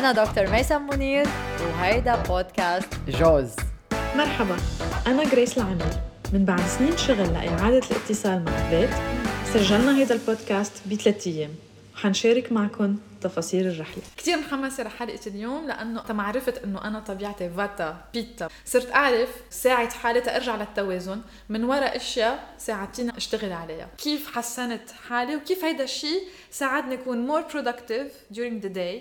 أنا دكتور ميسم منير وهيدا بودكاست جوز. مرحبا، أنا جريس العميل. من بعد سنين شغل لإعادة الاتصال مع الذات سجلنا هيدا البودكاست ب3 أيام وحنشارك معكم تفاصيل الرحلة. كتير محمسة لحلقة اليوم لأنه تما عرفت أنه أنا طبيعتي فاتا بيتا، صرت أعرف ساعد حالي تأرجع للتوازن من وراء أشياء ساعدتيني أشتغل عليها. كيف حسنت حالي وكيف هيدا الشيء ساعدني أكون more productive during the day،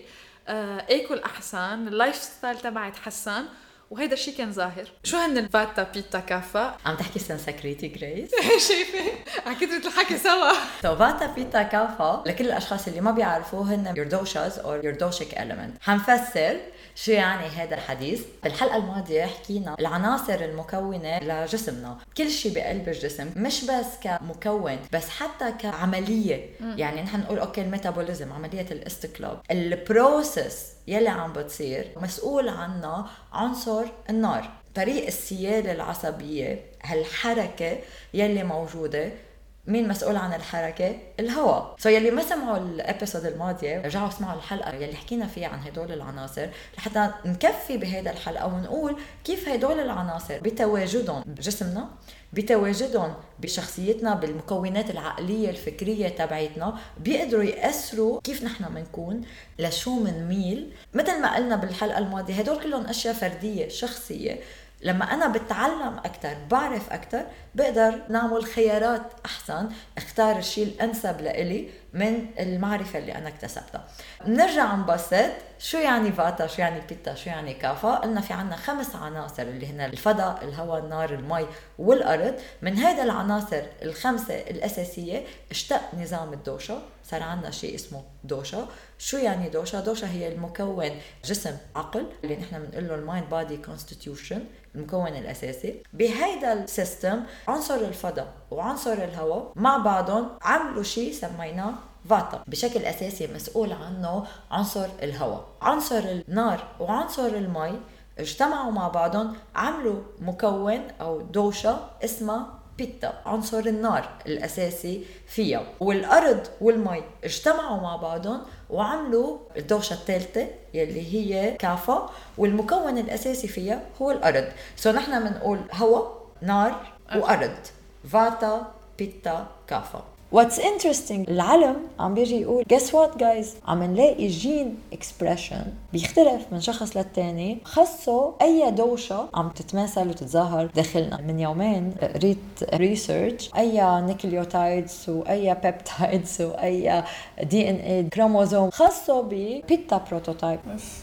أكل أحسن، اللايف ستايل تبعي تحسن، وهيدا الشيء كان ظاهر. شو هن الفاتا بيتا كافا؟ عم تحكي سنسكريتي جريس؟ شايفة؟ عكترة الحكي سوا. فاتا بيتا كافا لكل الأشخاص اللي ما بيعرفوه هن your doshas or your doshic element. حنفسر شو يعني هذا الحديث. بالحلقة الماضية حكينا العناصر المكونة لجسمنا، كل شيء بقلب الجسم، مش بس كمكون بس حتى كعملية. يعني نحن نقول أوكي الميتابوليزم، عملية الاستقلاب، البروسيس يلي عم بتصير مسؤول عنها عنصر النار، طريق السيالة العصبية، هالحركة يلي موجودة. مين مسؤول عن الحركة؟ الهواء. يلي ما سمعوا الابيسود الماضية رجعوا اسمعوا الحلقة يلي حكينا فيها عن هدول العناصر لحتى نكفي بهذا الحلقة ونقول كيف هدول العناصر بتواجدهم بجسمنا، بتواجدهم بشخصيتنا، بالمكونات العقلية الفكرية تبعيتنا، بيقدروا يأثروا كيف نحن منكون، لشو منميل. مثل ما قلنا بالحلقة الماضية هدول كلهم أشياء فردية شخصية. لما أنا بتعلم أكتر، بعرف أكتر، بقدر نعمل خيارات أحسن، اختار الشيء الأنسب لإلي من المعرفة اللي أنا اكتسبتها. نرجع نبسط شو يعني فاتا، شو يعني بيتا، شو يعني كافا. قلنا في عنا 5 عناصر اللي هن الفضاء، الهواء، النار، المي والأرض. من هذا العناصر ال5 الأساسية اشتق نظام الدوشا، صار عنا شيء اسمه دوشا. شو يعني دوشا؟ دوشا هي المكون جسم عقل اللي نحن بنقول له المايند بادي كونستيتيوشن، المكون الأساسي. بهيدا السيستم عنصر الفضاء وعنصر الهواء مع بعضهم عملوا شيء سميناه فاتا. بشكل أساسي مسؤول عنه عنصر الهواء. عنصر النار وعنصر المي اجتمعوا مع بعضهم عملوا مكون أو دوشا اسمه بيتا، عنصر النار الأساسي فيها. والأرض والمي اجتمعوا مع بعضهم وعملوا الدوشة الثالثة يلي هي كافا، والمكون الأساسي فيها هو الأرض. نحن منقول هواء، نار وأرض، فاتا بيتا كافا. What's interesting، العلم عم بيجي يقول guess what guys، عم نلاقي جين expression بيختلف من شخص للتاني خاصه أي دوشة عم تتماثل وتتظاهر داخلنا. من يومين قريت ريسيرش أي نيكليوتايدز وأي بيبتايدز وأي DNA كروموزوم خاصه ببيتا بروتوتايب.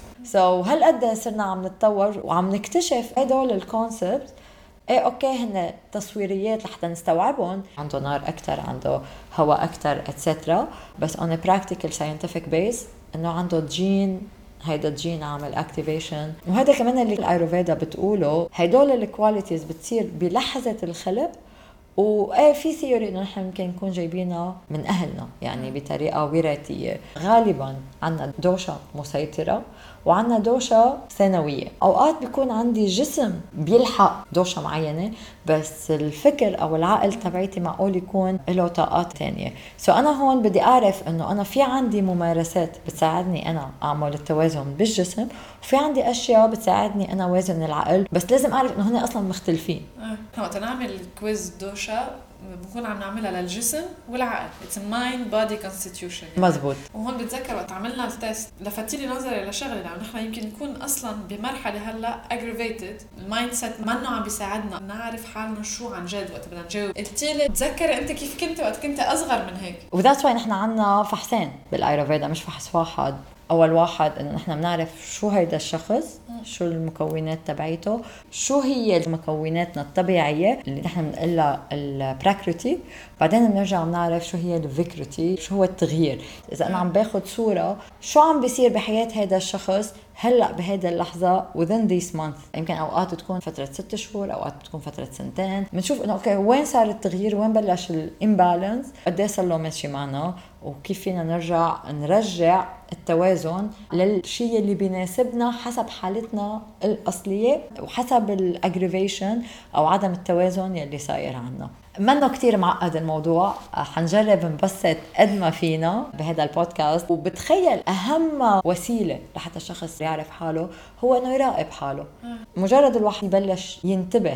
هل قد صرنا عم نتطور وعم نكتشف هدول الكونسبت. اوكي هن تصويريات لحتى نستوعبهم، عنده نار اكثر، عنده هواء اكثر اتسترا، بس on a practical scientific base انه عنده جين، هيدا الجين عامل اكتيفيشن. وهذا كمان اللي الايروفيدا بتقوله، هدول الكواليتيز بتصير بلحظه الخلق. في ثيوري انه نحن ممكن نكون جايبينها من اهلنا، يعني بطريقه وراثيه. غالبا عندنا دوشه مسيطره وعندنا دوشة ثانوية. أوقات بيكون عندي جسم بيلحق دوشة معينة، بس الفكر أو العقل تبعيتي معقول يكون له طاقات تانية. أنا هون بدي أعرف أنه أنا في عندي ممارسات بتساعدني أنا أعمل التوازن بالجسم، وفي عندي أشياء بتساعدني أنا وازن العقل، بس لازم أعرف أنه هن أصلا مختلفين. وقت نعمل كويز دوشة بنكون عم نعملها للجسم والعقل. It's a mind body constitution يعني. مزبوط. وهون بتذكر وقت عملنا التست لفتيلي نظري لشغله، لأنه نحن يمكن نكون أصلا بمرحلة هلا aggravated، المايند سيت منه عم بيساعدنا نعرف حالنا شو عن جد وقت بدنا نجاوب. قلتيلي تذكري أنت كيف كنت وقت كنت أصغر من هيك. وذاتس واي نحن عنا فحصين بالايروفيدا، مش فحص واحد. أول واحد إنه نحن بنعرف شو هيدا الشخص، شو المكونات تبعيته، شو هي مكوناتنا الطبيعية اللي نحن بنقلها البراكريتي. بعدين بنرجع بنعرف شو هي الفيكريتي، شو هو التغيير. إذا أنا عم باخد صورة شو عم بيصير بحياة هيدا الشخص هلأ بهيدا اللحظة within this month. يمكن أوقات تكون فترة 6 شهور، أوقات تكون فترة 2 سنين. بنشوف إنه أوكي وين صار التغيير، وين بلش الإمبالانس، قديه صار له ماشي معنا، وكيف فينا نرجع التوازن للشيء اللي بيناسبنا حسب حالتنا الأصلية وحسب الأجريفيشن أو عدم التوازن يلي صاير عنا. منه كتير معقد الموضوع، حنجرب نبسط قد ما فينا بهذا البودكاست. وبتخيل أهم وسيلة لحتى الشخص يعرف حاله هو إنه يراقب حاله. مجرد الواحد يبلش ينتبه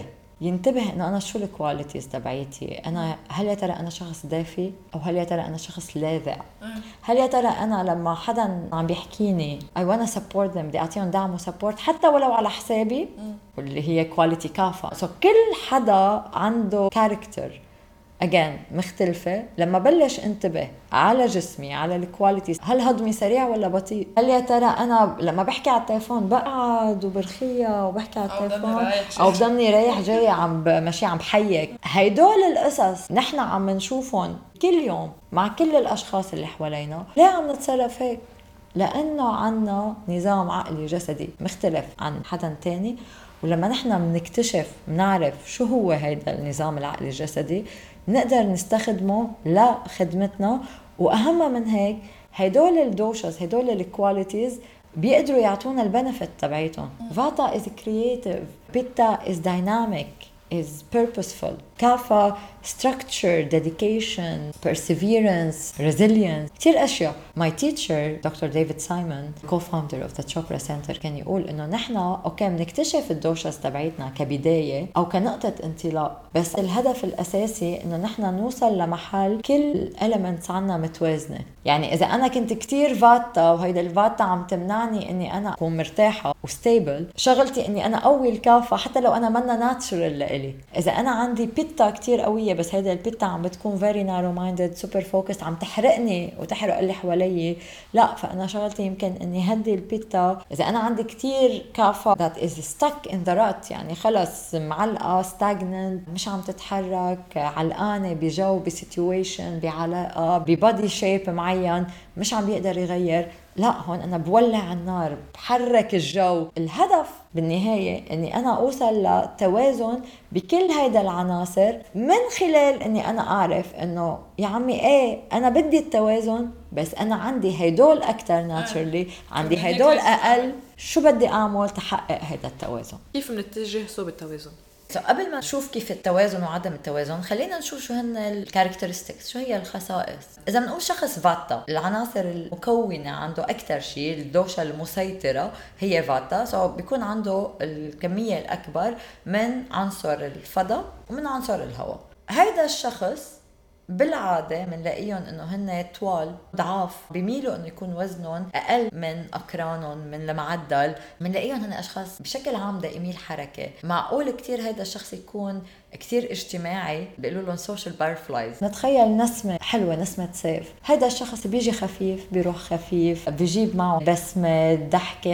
إنه أنا شو الكواليتيز تبعيتي، أنا هل يا ترى أنا شخص دافي أو هل يا ترى أنا شخص لاذع، هل يا ترى أنا لما حدا عم بيحكيني I wanna support them بدي أعطيهم دعم وسبورت حتى ولو على حسابي، واللي هي كواليتي كافة. كل حدا عنده كاركتر again مختلفة. لما بلش انتبه على جسمي، على الكواليتيز، هل هضمي سريع ولا بطيء، هل يا ترى أنا لما بحكي على التليفون بقعد وبرخية وبحكي على التليفون أو بضلني رايح جاي عم ماشي عم بحيك. هيدول القصص نحن عم نشوفهم كل يوم مع كل الأشخاص اللي حوالينا. ليه عم نتصرف هيك؟ لأنه عنا نظام عقلي جسدي مختلف عن حدا تاني. ولما نحن بنكتشف بنعرف شو هو هيدا النظام العقلي الجسدي نقدر نستخدمه لخدمتنا. وأهم من هيك هيدول الدوشز، هيدول الكواليتيز بيقدروا يعطونا البنفيت تبعيتهم. فاتا is creative, بيتا is dynamic, is purposeful, كافا structure, dedication, perseverance, resilience، كتير أشياء. My teacher Dr. David Simon, co-founder of the Chopra Center، كان يقول إنه نحن أوكي بنكتشف الدوشز تبعيتنا كبداية أو كنقطة انطلاق، بس الهدف الأساسي إنه نحن نوصل لمحل كل elements عنا متوازنة. يعني إذا أنا كنت كتير فاتا وهيدا الفاتا عم تمنعني إني أنا أكون مرتاحة وستيبل، شغلتي إني أنا قوي الكافة حتى لو أنا منا ناتشرال لإلي. إذا أنا عندي بيتا كتير قوية بس هيدا البيتا عم بتكون very narrow minded super focused عم تحرقني وتحرق اللي حوالي، لا، فأنا شغلتي يمكن إني هدي البيتا. إذا أنا عندي كتير كافة that is stuck in the rut، يعني خلص معلقة stagnant، مش عم تتحرك، علقانة بجو بسيتويشن بعلاقة ببادي شيب معين مش عم بيقدر يغير، لا، هون أنا بولع النار بحرك الجو. الهدف بالنهاية أني أنا أوصل لتوازن بكل هيدا العناصر من خلال أني أنا أعرف أنه يا عمي إيه أنا بدي التوازن بس أنا عندي هيدول أكتر ناتشرلي، عندي هيدول أقل، شو بدي أعمل تحقق هيدا التوازن؟ كيف منتجه صوب التوازن؟ قبل ما نشوف كيف التوازن وعدم التوازن خلينا نشوف شو هن الكاركترستكس، شو هي الخصائص. إذا بنقول شخص فاتا، العناصر المكونة عنده أكتر شيء، الدوشة المسيطرة هي فاتا، بيكون عنده الكمية الأكبر من عنصر الفضاء ومن عنصر الهواء. هيدا الشخص بالعادة منلاقيهم انه هن طوال ضعاف، بيميلوا انه يكون وزنهم اقل من اقرانهم من المعدل. منلاقيهم هن اشخاص بشكل عام دائمي الحركة. معقول كتير هيدا الشخص يكون كتير اجتماعي، بيقولوا لهم social butterflies. نتخيل نسمة حلوة، نسمة صيف، هيدا الشخص بيجي خفيف بيروح خفيف، بيجيب معه بسمة، ضحكة،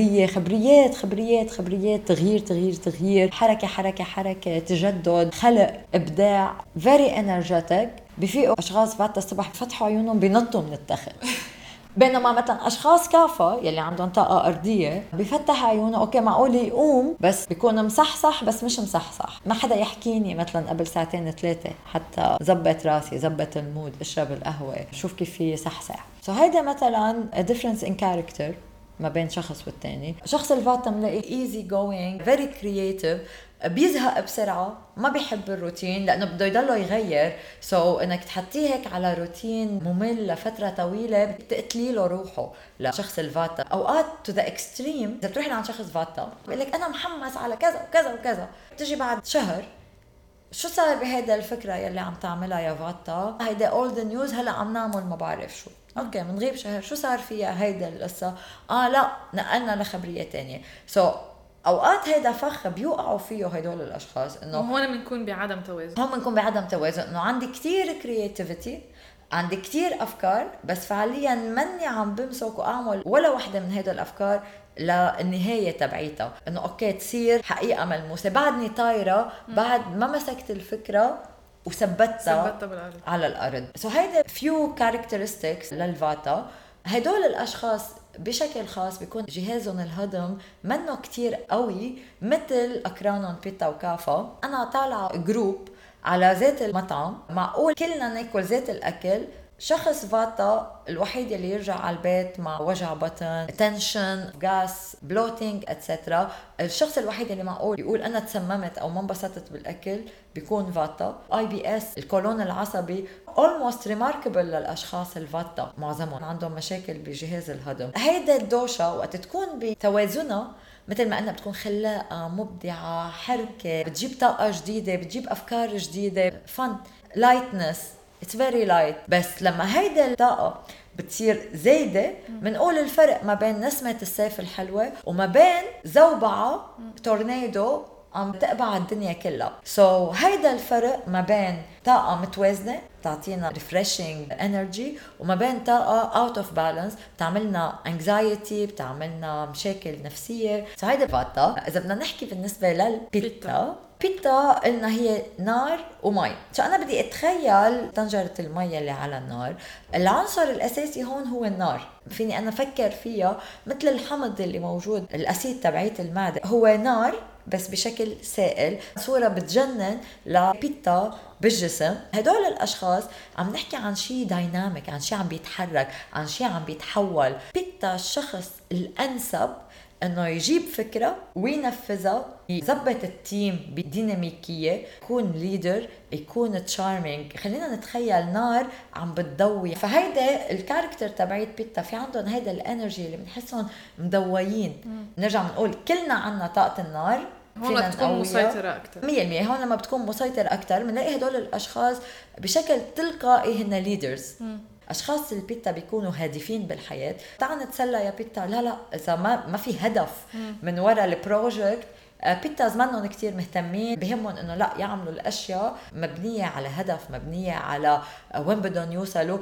خبريات، تغيير، حركة، تجدد، خلق، إبداع، very energetic. بفيقوا أشخاص فات الصبح بفتحوا عيونهم بينطوا من التخت. بينما مثلا أشخاص كافة يلي عندهم طاقة أرضية بيفتح عيونه أوكي معقول يقوم بس بيكون مصحصح بس مش مصحصح. ما حدا يحكيني مثلا قبل 2-3 حتى زبط راسي، زبط المود، اشرب القهوة، شوف كيف في صحصح. هيدا مثلا a difference in character ما بين شخص والتاني. شخص الفاتا ملاقي easy going, very creative، بيزهق بسرعة، ما بيحب الروتين لأنه بده يضله يغير. إنك تحطيه هيك على روتين ممل لفترة طويلة بتقتلي له روحه. لشخص الفاتا أوقات to the extreme، إذا بتروحي عند شخص فاتا بيقول لك أنا محمس على كذا وكذا وكذا، بتجي بعد شهر شو صار بهيدا الفكرة يلي عم تعملها يا فاتا؟ هيدا all the news هلأ عم نعمل ما بعرف شو. اوكي منغيب شهر، شو صار فيها هيدا القصة؟ لا نقلنا لخبرية تانية. اوقات هيدا فخ بيوقعوا فيه هيدول الاشخاص، انه هون بنكون بعدم توازن. انه عندي كتير كرياتيفيتي، عندي كتير افكار، بس فعليا مني عم بمسك واعمل ولا وحده من هيدول الافكار للنهايه تبعيتها، انه اوكي تصير حقيقه ملموسه. بعدني طايره بعد ما مسكت الفكره وثبتها بالأرض. على الارض. هيدا few characteristics للفاتا. هدول الاشخاص بشكل خاص بيكون جهازهم الهضم منه كتير قوي مثل أقرانهم بيتا وكافا. أنا طالعة جروب على ذات المطعم، معقول كلنا ناكل ذات الأكل شخص فاتا الوحيد اللي يرجع على البيت مع وجع بطن، تنشن، غاس، بلوتينج اتسترا. الشخص الوحيد اللي معقول يقول انا تسممت او ما انبسطت بالاكل بيكون فاتا. IBS القولون العصبي almost remarkable للاشخاص الفاتا، معظمهم عندهم مشاكل بجهاز الهضم. هيدا الدوشة وقت تكون بتوازنها مثل ما أنا بتكون خلاقة، مبدعة، حركة، بتجيب طاقة جديدة، بتجيب أفكار جديدة، fun، lightness، it's very light. بس لما هيدا الطاقة بتصير زايدة منقول الفرق ما بين نسمة الصيف الحلوة وما بين زوبعة تورنيدو عم تقبع الدنيا كلها. هيدا الفرق ما بين طاقة متوازنة تعطينا refreshing energy وما بين طاقة out of balance بتعملنا anxiety، بتعملنا مشاكل نفسية. هيدا فاتا. إذا بدنا نحكي بالنسبة للبيتا، بيتا قلنا هي نار ومي. أنا بدي أتخيل طنجرة المي اللي على النار. العنصر الأساسي هون هو النار. فيني أنا أفكر فيها مثل الحمض اللي موجود، الأسيد تبعية المعدة هو نار بس بشكل سائل، صورة بتجنن لبيتا بالجسم. هدول الأشخاص عم نحكي عن شيء دايناميك، عن شيء عم بيتحرك، عن شيء عم بيتحول. بيتا الشخص الأنسب انه يجيب فكرة وينفذها، يزبط التيم بديناميكية، يكون ليدر، يكون تشارمينج. خلينا نتخيل نار عم بتضوي. فهيدا الكاركتر تبعيت بيتا، في عندهم هيدا الانرجي اللي بنحسهم مضويين. نرجع بنقول كلنا عنا طاقة النار، هون بتكون مسيطرة أكتر 100%. هون لما بتكون مسيطر أكتر بنلاقي هدول الأشخاص بشكل تلقائي هن ليدرز. أشخاص البيتا بيكونوا هادفين بالحياة. تعال نتسلى يا بيتا، لا إذا ما في هدف من وراء البروجكت، بيتاز منهم كتير مهتمين، بهمهم انه لا يعملوا الاشياء مبنيه على هدف، مبنيه على وين بدهم يوصلوا.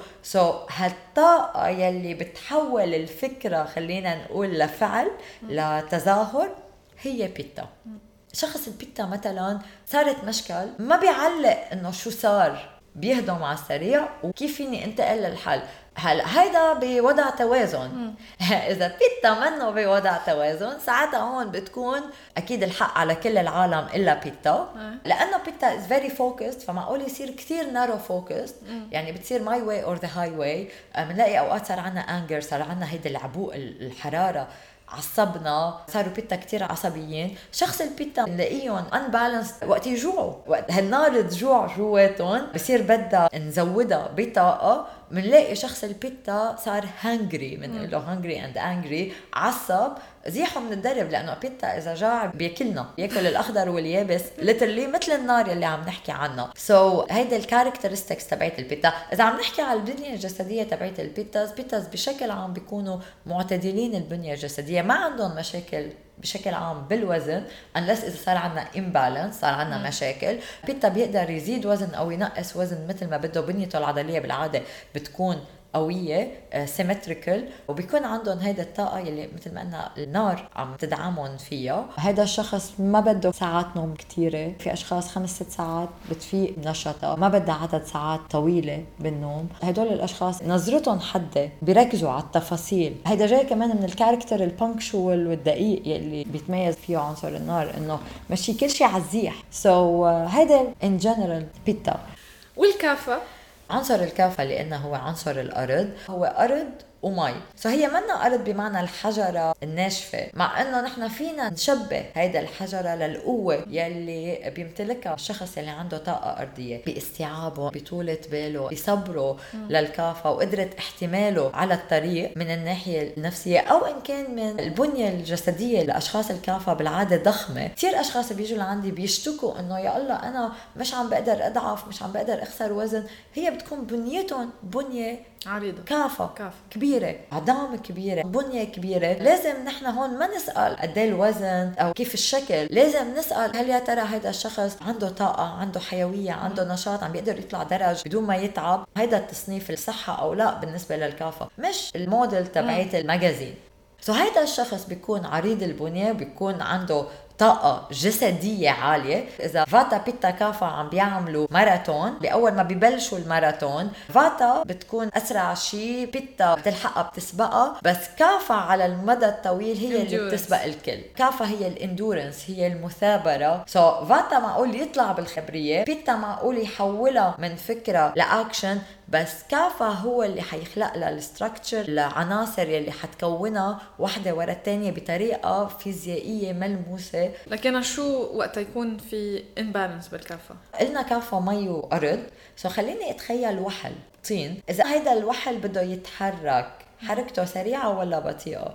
هالطاقه يلي بتحول الفكره خلينا نقول لفعل، لتظاهر، هي بيتا. شخص البيتا مثلا صارت مشكل ما بيعلق انه شو صار، بيهضم على السريع وكيف فيني انتقل للحل. هلا هيدا بوضع توازن. اذا بيتا منه بوضع توازن، ساعتها هون بتكون اكيد الحق على كل العالم الا بيتا، لانه بيتا is very focused. فمعقول يصير كتير narrow focused، يعني بتصير my way or the highway. بنلاقي اوقات صار عنا anger، صار عنا هيدا العبوء، الحرارة، عصبنا، صاروا بيتا كتير عصبيين. شخص البيتا نلاقيهم unbalanced وقت يجوعوا، وقت هالنار تجوع جواتهم بصير بدها نزودها بطاقة. منلاقي شخص البيتا صار hungry، من له hungry and angry، عصب، زيحوا من الدرب، لأنه بيتا إذا جاع بياكلنا، ياكل الأخضر واليابس literally مثل النار اللي عم نحكي عنها. هيدا الكاركترستكس تبعت البيتا. إذا عم نحكي على البنية الجسدية تبعت البيتاز بشكل عام بيكونوا معتدلين البنية الجسدية، ما عندهم مشاكل بشكل عام بالوزن unless إذا صار عنا imbalance، صار عنا مشاكل. بيتا بيقدر يزيد وزن أو ينقص وزن مثل ما بده. بنيته العضلية بالعادة بتكون قوية، symmetrical، وبيكون عندهم هيدا الطاقة يلي مثل ما قلنا النار عم تدعمهم فيها. هيدا الشخص ما بده ساعات نوم كتيرة، في أشخاص 5-6 ساعات بتفيق نشطة، ما بدها عدد ساعات طويلة بالنوم. هيدول الأشخاص نظرتهم حادة، بيركزوا على التفاصيل. هيدا جاي كمان من الكاركتر البانكشوال والدقيق يلي بيتميز فيه عنصر النار، إنه ماشي كل شيء عالزيح. هيدا in general بيتا. والكافة، عنصر الكافة لأنه هو عنصر الأرض، هو أرض ومي. هي منا أرض بمعنى الحجرة الناشفة، مع أنه نحن فينا نشبه هيدا الحجرة للقوة يلي بيمتلكها الشخص اللي عنده طاقة أرضية، باستيعابه، بطولة باله، بصبره للكافة، وقدرة احتماله على الطريق من الناحية النفسية أو إن كان من البنية الجسدية. لأشخاص الكافة بالعادة ضخمة. كتير أشخاص بيجوا لعندي بيشتكوا أنه يا الله أنا مش عم بقدر أضعف، مش عم بقدر أخسر وزن. هي بتكون بنيتهم بنية عريضة، كافة كبيرة، عظام كبيرة، بنية كبيرة. لازم نحن هون ما نسأل قد ايه الوزن أو كيف الشكل، لازم نسأل هل يا ترى هيدا الشخص عنده طاقة، عنده حيوية، عنده نشاط، عم بيقدر يطلع درج بدون ما يتعب. هيدا التصنيف الصحة أو لا بالنسبة للكافة، مش الموديل تبعيت الماجازين. هيدا الشخص بيكون عريض البنية، بيكون عنده طاقة جسدية عالية. إذا فاتا بيتا كافا عم بيعملوا ماراثون، بأول ما بيبلشوا الماراثون فاتا بتكون أسرع شيء، بيتا بتلحقها بتسبقها، بس كافا على المدى الطويل هي اللي بتسبق الكل. كافا هي الاندورنس، هي المثابرة. فاتا معقول يطلع بالخبرية، بيتا معقول يحولها من فكرة لأكشن، بس كافا هو اللي حيخلق لها الستراكتشر، العناصر اللي حتكونها واحدة ورا الثانية بطريقة فيزيائية ملموسة. لكن شو وقت يكون في imbalance بالكافا؟ قلنا كافا مي وأرض، خليني أتخيل وحل طين. إذا هيدا الوحل بده يتحرك حركته سريعة ولا بطيئة؟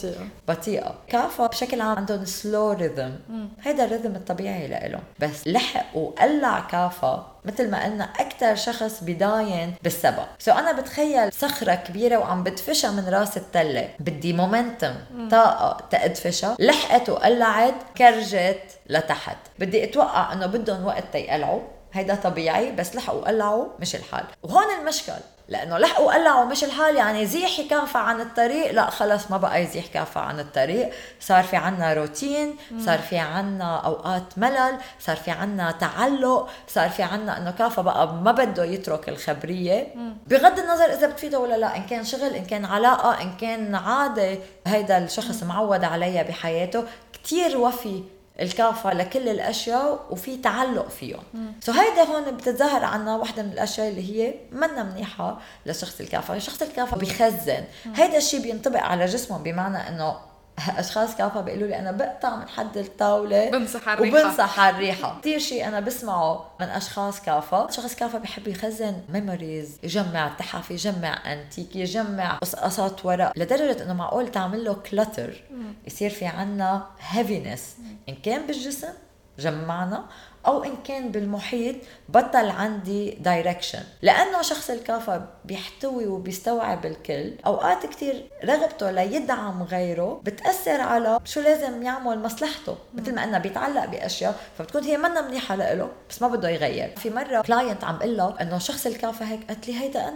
بطيئة. كافا بشكل عام عندهم سلو ريذم، هيدا الريذم الطبيعي لإلهم. بس لحق وقلع كافا مثل ما قلنا أكتر شخص بداين بالسبق. أنا بتخيل صخرة كبيرة وعم بدفشها من راس التلة، بدي مومنتم طاقة تأدفشها، لحقت وقلعت كرجت لتحت. بدي أتوقع أنه بدهم وقت يقلعوا، هيدا طبيعي، بس لحقوا قلعوا مش الحال. وهون المشكل، لأنه لحقوا قلعوا مش الحال يعني زيح كافة عن الطريق. لا خلص ما بقى يزيح كافة عن الطريق، صار في عنا روتين، صار في عنا أوقات ملل، صار في عنا تعلق، صار في عنا أنه كافة بقى ما بده يترك الخبرية بغض النظر إذا بتفيده ولا لا، إن كان شغل، إن كان علاقة، إن كان عادة هيدا الشخص معود عليها بحياته. كتير وفي الكافة لكل الأشياء وفي تعلق فيهم. هيدا هون بتتظاهر عنا واحدة من الأشياء اللي هي منا منيحة لشخص الكافة. شخص الكافة بيخزن، هيدا الشيء بينطبق على جسمه، بمعنى أنه أشخاص كافة بيقولوا لي أنا بقطع من حد الطاولة وبنصح الريحة. كتير شيء أنا بسمعه من أشخاص كافة. شخص كافة بيحب يخزن ميموريز، يجمع تحف، يجمع أنتيك، يجمع قصصات ورق، لدرجة أنه معقول تعمل له كلتر، يصير في عنا heaviness إن كان بالجسم جمعنا أو إن كان بالمحيط بطل عندي دايركشن. لأنه شخص الكافة بيحتوي وبيستوعب الكل، أوقات كتير رغبته ليدعم غيره بتأثر على شو لازم يعمل مصلحته، مثل ما أنه بيتعلق بأشياء فبتكون هي منا منيحة له بس ما بده يغير. في مرة كلاينت عم قلها أنه شخص الكافة هيك، قلت لي هيدا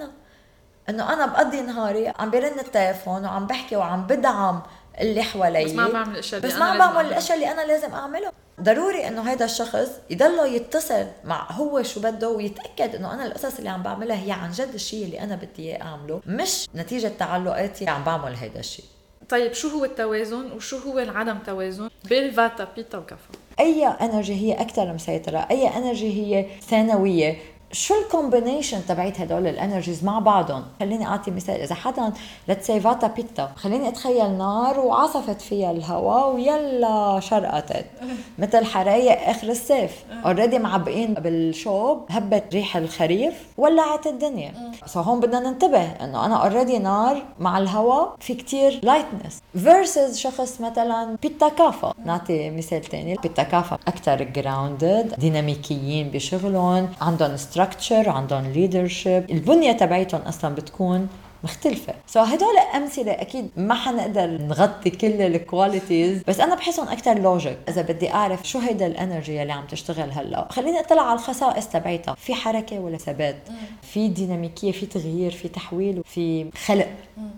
أنه أنا بقضي نهاري عم برن التليفون وعم بحكي وعم بدعم اللي حوالي، بس ما بعمل الاشياء اللي انا لازم اعمله. ضروري انه هذا الشخص يضله يتصل مع هو شو بده ويتاكد انه انا القصص اللي عم بعملها هي عن جد الشيء اللي انا بدي اياه اعمله، مش نتيجه تعلقاتي عم بعمل هذا الشيء. طيب شو هو التوازن وشو هو العدم توازن بالفاتا بيتا وكافا؟ اي انرجي هي اكثر مسيطره، اي انرجي هي ثانويه، شو الكومبينيشن تبعت هدول الانرجيز مع بعضهم. خليني اعطي مثال، اذا حدا لتسي فاتا بيتا، خليني اتخيل نار وعصفت فيها الهواء ويلا شرقتت مثل حرايق اخر الصيف، اوريدي معبقين بالشوب، هبت ريح الخريف ولعت الدنيا. هون بدنا ننتبه انه انا اوريدي نار مع الهواء، في كتير لايتنس فيرسز شخص مثلا بيتا كافا. نعطي مثال تاني، بيتا كافا اكثر جراوندد، ديناميكيين بشغلهم، عندهم structure، عندهم leadership، البنية تبعيتهم أصلاً بتكون مختلفة. هدول أمثلة أكيد ما حنقدر نغطي كل الكواليتيز، بس أنا بحسهم أكتر لوجيك. إذا بدي أعرف شو هيدا الانرجي اللي عم تشتغل هلأ، خليني أطلع على الخصائص تبعيتها، في حركة ولا ثبات، في ديناميكية، في تغيير، في تحويل، في خلق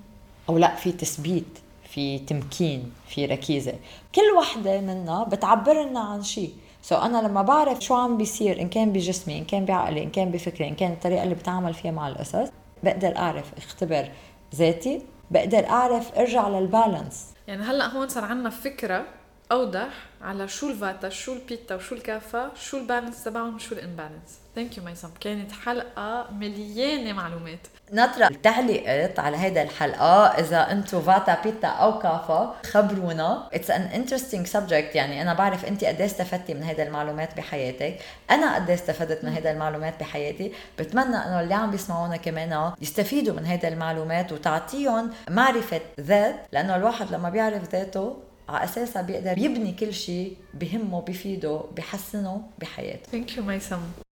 أو لا، في تثبيت، في تمكين، في ركيزة. كل واحدة منا بتعبر لنا عن شيء. أنا لما بعرف شو عم بيصير، إن كان بجسمي، إن كان بعقلي، إن كان بفكري، إن كان الطريقة اللي بتعامل فيها مع القصص، بقدر أعرف اختبر ذاتي، بقدر أعرف أرجع للبالانس. يعني هلأ هون صار عنا فكرة أوضح على شو الفاتا، شو البيتا وشو الكافا، شو البالانس تبعهم، شو الانبالانس. ثانك يو ميسم، كانت حلقة مليانة معلومات. نطرح التعليقات على هيدا الحلقة، إذا أنتو فاتا بيتا أو كافا خبرونا. It's an interesting subject. يعني أنا بعرف أنت قد استفدتي من هيدا المعلومات بحياتك، أنا قد استفدت من هيدا المعلومات بحياتي. بتمنى أنه اللي عم بيسمعونا كمان يستفيدوا من هيدا المعلومات وتعطيهم معرفة ذات، لأنه الواحد لما بيعرف ذاته على أساسها بيقدر يبني كل شيء بهمه، بيفيده، بيحسنه بحياته. Thank you ميسم.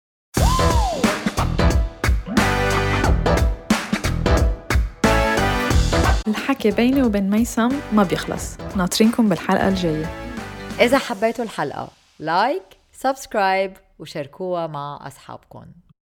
الحكي بيني وبين ميسم ما بيخلص، ناطرينكم بالحلقة الجاية. إذا حبيتوا الحلقة لايك، سبسكرايب وشاركوها مع أصحابكم.